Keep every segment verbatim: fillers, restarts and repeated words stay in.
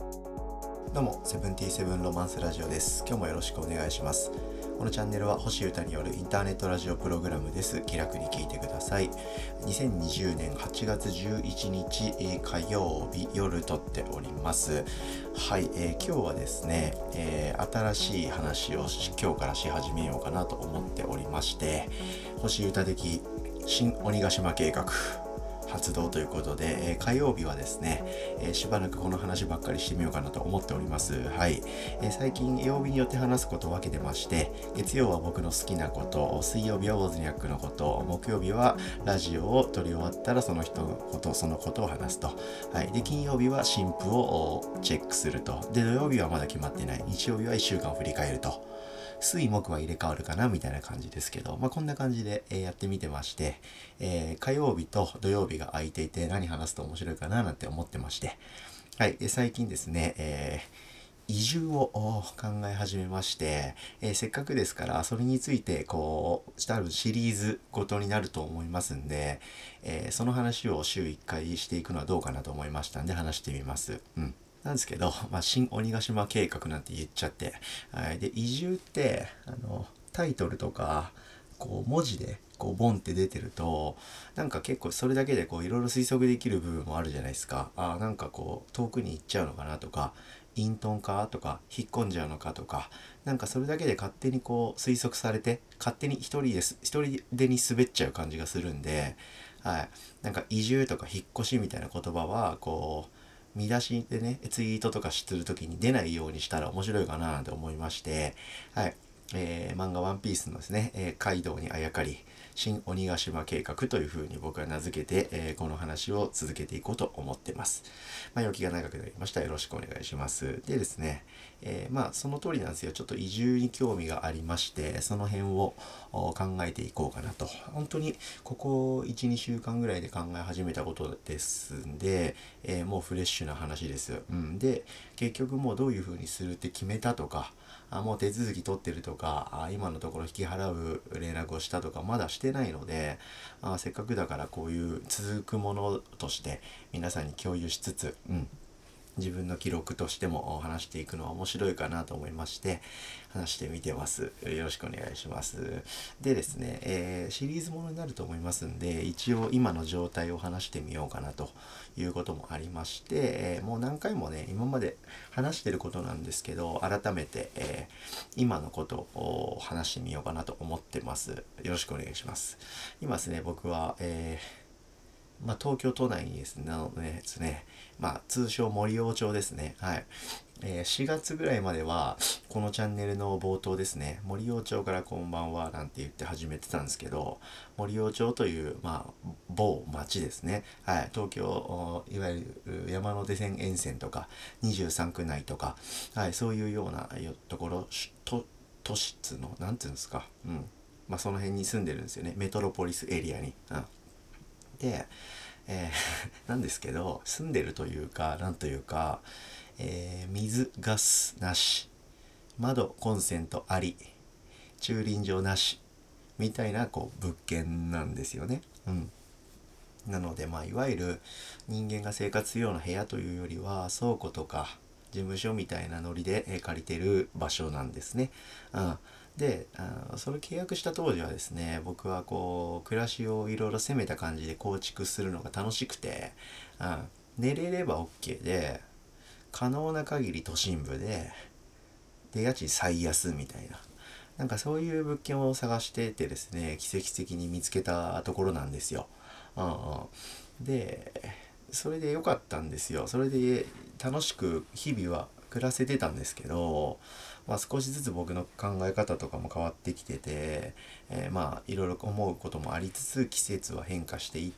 どうも、セブンティーセブンロマンスラジオです。今日もよろしくお願いします。このチャンネルは星歌によるインターネットラジオプログラムです。気楽に聞いてください。にせんにじゅうねんはちがつじゅういちにち、えー、火曜日夜撮っております。はい、えー、今日はですね、えー、新しい話を今日からし始めようかなと思っておりまして、星歌的新鬼ヶ島計画発動ということで、えー、火曜日はですね、えー、しばらくこの話ばっかりしてみようかなと思っております。はい、えー、最近曜日によって話すことを分けてまして、月曜は僕の好きなこと、水曜日はウォズニャックのこと、木曜日はラジオを撮り終わったらその人のこと、そのことを話すと。はい、で金曜日は新譜をチェックすると。で土曜日はまだ決まってない。日曜日はいっしゅうかんを振り返ると。水木は入れ替わるかなみたいな感じですけど、まあ、こんな感じで、えーやってみてまして、えー火曜日と土曜日が空いていて何話すと面白いかななんて思ってまして、はい、で最近ですね、えー移住を考え始めまして、えーせっかくですからそれについてこう多分シリーズごとになると思いますんで、えーその話を週いっかいしていくのはどうかなと思いましたんで話してみます。うん。なんですけど、まあ、新鬼ヶ島計画なんて言っちゃって、はい、で移住ってあのタイトルとかこう文字でこうボンって出てるとなんか結構それだけでこういろいろ推測できる部分もあるじゃないですか。あーなんかこう遠くに行っちゃうのかなとか、隠遁かとか引っ込んじゃうのかとか、なんかそれだけで勝手にこう推測されて勝手に一人です一人でに滑っちゃう感じがするんで、はい、なんか移住とか引っ越しみたいな言葉はこう見出しでねツイートとかするときに出ないようにしたら面白いかななんて思いまして、はい、えー漫画ワンピースのですね、えーカイドウにあやかり新鬼ヶ島計画というふうに僕は名付けて、えーこの話を続けていこうと思ってます。まあ、予期が長くなりました。よろしくお願いします。でですね、えーまあその通りなんですよ。ちょっと移住に興味がありまして、その辺を考えていこうかなと。本当にここいち、にしゅうかんぐらいで考え始めたことですんで、えーもうフレッシュな話です。うん、で、結局もうどういう風にするって決めたとか、あもう手続き取ってるとか、あ今のところ引き払う連絡をしたとかまだしてないので、あせっかくだからこういう続くものとして皆さんに共有しつつ、うん、自分の記録としても話していくのは面白いかなと思いまして話してみてます。よろしくお願いします。でですね、えーシリーズものになると思いますんで一応今の状態を話してみようかなということもありまして、えーもう何回もね今まで話してることなんですけど改めて、えー今のことを話してみようかなと思ってます。よろしくお願いします。今ですね僕は、えーまあ、東京都内にですね、なのでですね、まあ、通称森王町ですね。はい。えーしがつぐらいまでは、このチャンネルの冒頭ですね、森王町からこんばんはなんて言って始めてたんですけど、森王町という、まあ、某町ですね。はい。東京、いわゆる山手線沿線とか、にじゅうさんく内とか、はい、そういうようなところ、都都市っつうの、なんていうんですか。うん。まあ、その辺に住んでるんですよね。メトロポリスエリアに。うん。で、えーなんですけど住んでるというかなんというか、えー水ガスなし、窓コンセントあり、駐輪場なしみたいなこう物件なんですよね。うん、なのでまあいわゆる人間が生活するような部屋というよりは倉庫とか事務所みたいなノリでえ借りてる場所なんですね。うん、であそれ契約した当時はですね僕はこう暮らしをいろいろ攻めた感じで構築するのが楽しくて、うん、寝れれば OK で可能な限り都心部でで家賃最安みたいな、なんかそういう物件を探しててですね奇跡的に見つけたところなんですよ。うんうん、でそれで良かったんですよ。それで楽しく日々は暮らせてたんですけど、まあ、少しずつ僕の考え方とかも変わってきてて、えーまあいろいろ思うこともありつつ季節は変化していって、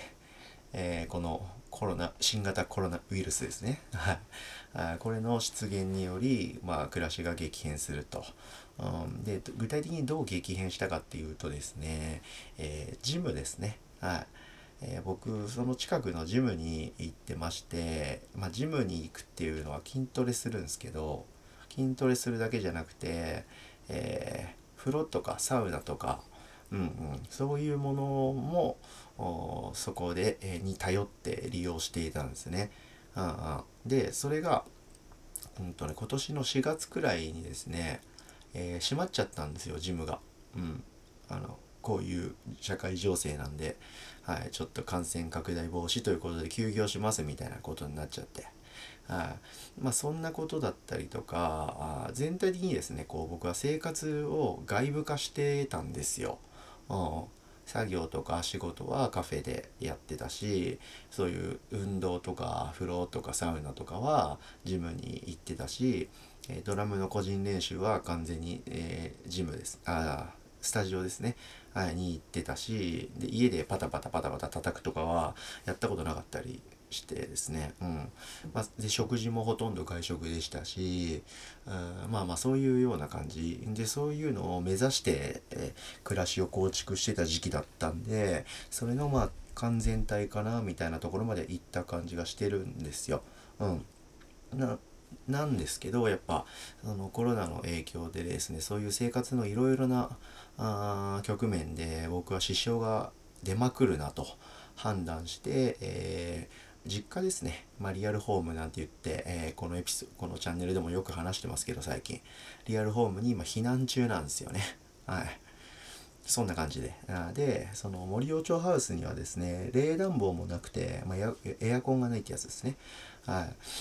えーこのコロナ新型コロナウイルスですねあこれの出現により、まあ、暮らしが激変すると。うん、で具体的にどう激変したかっていうとですね、えージムですね。はい、えー僕その近くのジムに行ってまして、まあ、ジムに行くっていうのは筋トレするんですけど筋トレするだけじゃなくて、えー風呂とかサウナとか、うんうん、そういうものもそこで、えーに頼って利用していたんですね。うんうん、でそれがうんとね、今年のしがつくらいにですね、えー閉まっちゃったんですよ、ジムが。うん。あの、こういう社会情勢なんで、はい、ちょっと感染拡大防止ということで休業しますみたいなことになっちゃって。はい、まあそんなことだったりとか、あ全体的にですね、こう僕は生活を外部化してたんですよ。うん、作業とか仕事はカフェでやってたし、そういう運動とか風呂とかサウナとかはジムに行ってたし、えードラムの個人練習は完全に、えージムです。あスタジオですね、はい、に行ってたし、で家でパタパタパタパタ叩くとかはやったことなかったりしてですね、うんまあ、で食事もほとんど外食でしたし、うん、まあまあそういうような感じで、そういうのを目指して、えー暮らしを構築してた時期だったんで、それのまあ完全体かなみたいなところまで行った感じがしてるんですよ。うんななんですけど、やっぱそのコロナの影響でですね、そういう生活のいろいろなあー局面で僕は支障が出まくるなと判断して、えー実家ですね、まあ、リアルホームなんて言って、えーこのエピソこのチャンネルでもよく話してますけど、最近リアルホームに今避難中なんですよね。はい、そんな感じで。あで、その森王町ハウスにはですね、冷暖房もなくて、まあ、エアエアコンがないってやつですね。はい。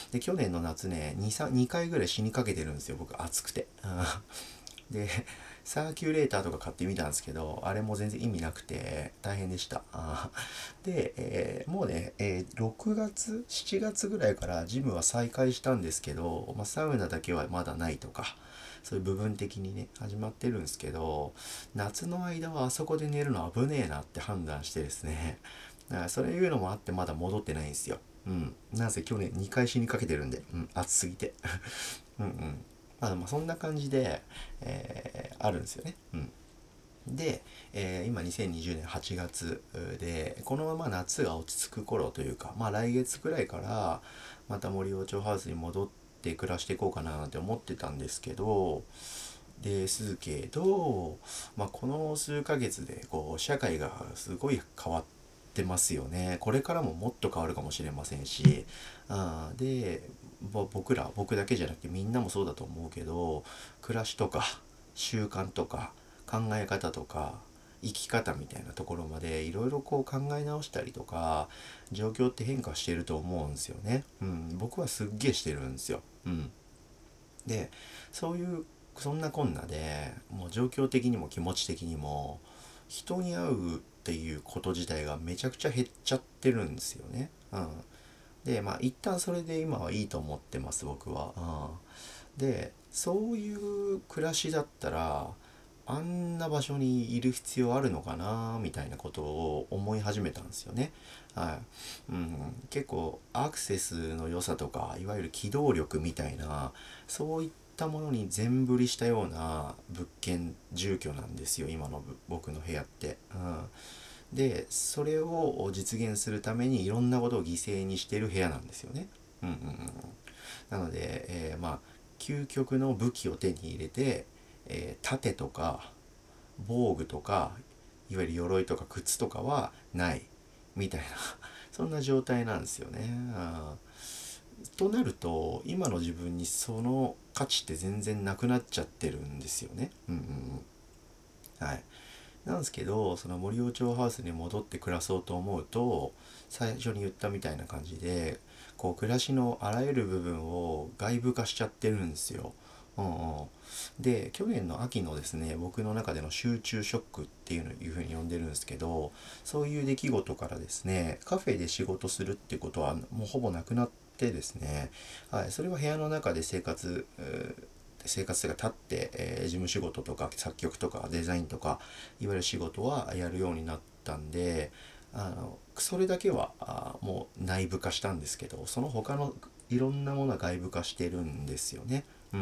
で、去年の夏ね、に、さん にかいぐらい死にかけてるんですよ、僕、暑くて。で、サーキュレーターとか買ってみたんですけど、あれも全然意味なくて大変でした。で、えーもうね、えーろくがつ、しちがつぐらいからジムは再開したんですけど、まあ、サウナだけはまだないとか、そういう部分的にね、始まってるんですけど、夏の間はあそこで寝るの危ねえなって判断してですね、だからそういうのもあってまだ戻ってないんですよ。うん。なぜ去年にかい死にかけてるんで、うん、暑すぎて。うんうん。まあ、まあそんな感じで、えーあるんですよね。うん。で、えー今にせんにじゅうねんはちがつで、このまま夏が落ち着く頃というか、まあ来月くらいからまた森王町ハウスに戻って暮らしていこうかななんて思ってたんですけど、ですけど、まあ、この数ヶ月でこう社会がすごい変わってますよね。これからももっと変わるかもしれませんし、あーで、ぼ僕ら僕だけじゃなくてみんなもそうだと思うけど、暮らしとか習慣とか考え方とか生き方みたいなところまでいろいろこう考え直したりとか、状況って変化してると思うんですよね。うん、僕はすっげえしてるんですよ。うん。で、そういうそんなこんなでもう状況的にも気持ち的にも人に会うっていうこと自体がめちゃくちゃ減っちゃってるんですよね。うん、でまあ一旦それで今はいいと思ってます、僕は。うん、でそういう暮らしだったらあんな場所にいる必要あるのかなみたいなことを思い始めたんですよね。はい、うん、結構アクセスの良さとかいわゆる機動力みたいな、そういったものに全振りしたような物件住居なんですよ、今の僕の部屋って。うん、でそれを実現するためにいろんなことを犠牲にしてる部屋なんですよね。うんうんうん、なので、えーまあ究極の武器を手に入れて、えー盾とか防具とかいわゆる鎧とか靴とかはないみたいなそんな状態なんですよね。あとなると今の自分にその価値って全然なくなっちゃってるんですよね。うんうんうん。はい。なんですけど、その森尾町ハウスに戻って暮らそうと思うと、最初に言ったみたいな感じで、こう暮らしのあらゆる部分を外部化しちゃってるんですよ。うんうん、で去年の秋のですね、僕の中での集中ショックっていうのいうふうに呼んでるんですけど、そういう出来事からですね、カフェで仕事するってことはもうほぼなくなってですね、はい、それは部屋の中で生活生活が立って、えー事務仕事とか作曲とかデザインとかいわゆる仕事はやるようになったんで、あのそれだけはあもう内部化したんですけど、その他のいろんなものは外部化してるんですよね。うん、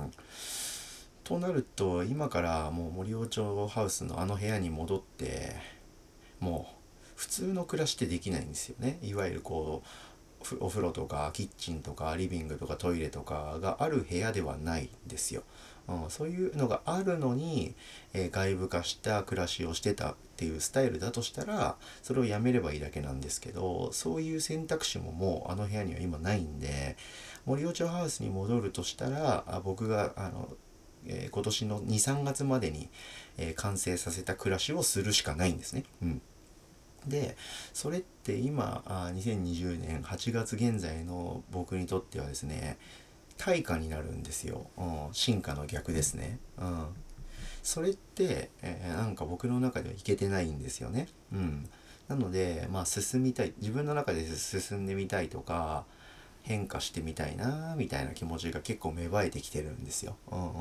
となると今からもう森尾町ハウスのあの部屋に戻ってもう普通の暮らしってできないんですよね。いわゆるこうお風呂とかキッチンとかリビングとかトイレとかがある部屋ではないんですよ。うん、そういうのがあるのに、えー外部化した暮らしをしてたっていうスタイルだとしたら、それをやめればいいだけなんですけど、そういう選択肢ももうあの部屋には今ないんで、森尾町ハウスに戻るとしたら、あ僕があの、えー今年のにさんがつまでに、えー完成させた暮らしをするしかないんですね。うん。でそれって今あにせんにじゅうねんはちがつ現在の僕にとってはですね、対価になるんですよ、うん、進化の逆ですね、うん、それって、えーなんか僕の中ではいけてないんですよね、うん、なのでまあ進みたい、自分の中で進んでみたいとか変化してみたいなみたいな気持ちが結構芽生えてきてるんですよ、うんうんうんうん、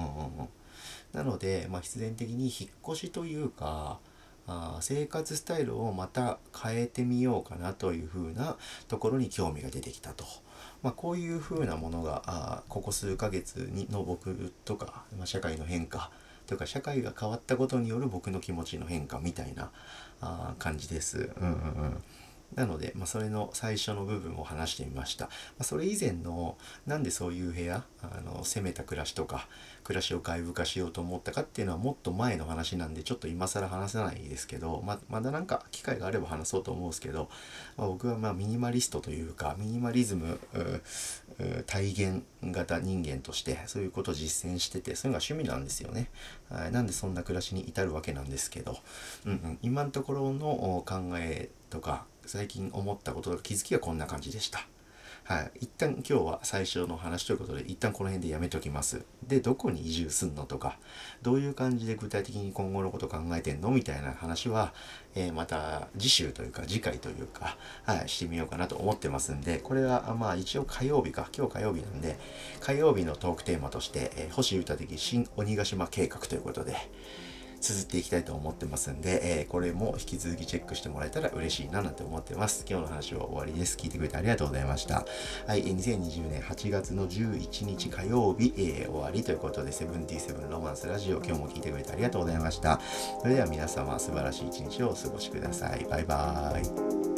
なので、まあ、必然的に引っ越しというか、あ生活スタイルをまた変えてみようかなというふうなところに興味が出てきたと。まあ、こういうふうなものがあここ数ヶ月にの僕とか、まあ、社会の変化というか社会が変わったことによる僕の気持ちの変化みたいなあ感じです。うんうんうん。なので、まあ、それの最初の部分を話してみました。まあ、それ以前のなんでそういう部屋あの攻めた暮らしとか暮らしを外部化しようと思ったかっていうのはもっと前の話なんでちょっと今更話せないですけど、ままだなんか機会があれば話そうと思うんですけど、まあ、僕はまあミニマリストというかミニマリズム体現型人間としてそういうことを実践してて、そういうのが趣味なんですよね。はい、なんでそんな暮らしに至るわけなんですけど、うんうん、今のところの考えとか最近思ったこととか気づきはこんな感じでした。はい、一旦今日は最初の話ということで一旦この辺でやめときます。でどこに移住すんのとかどういう感じで具体的に今後のこと考えてんのみたいな話は、えーまた次週というか次回というか、はい、してみようかなと思ってますんで、これはまあ一応火曜日か、今日火曜日なんで火曜日のトークテーマとして、えー星歌的新鬼ヶ島計画ということで綴っていきたいと思ってますんで、えーこれも引き続きチェックしてもらえたら嬉しいななんて思ってます。今日の話は終わりです。聞いてくれてありがとうございました。はい、にせんにじゅうねんはちがつのじゅういちにち火曜日、えー終わりということで、セブンティーセブンロマンスラジオ、今日も聞いてくれてありがとうございました。それでは皆様素晴らしい一日をお過ごしください。バイバーイ。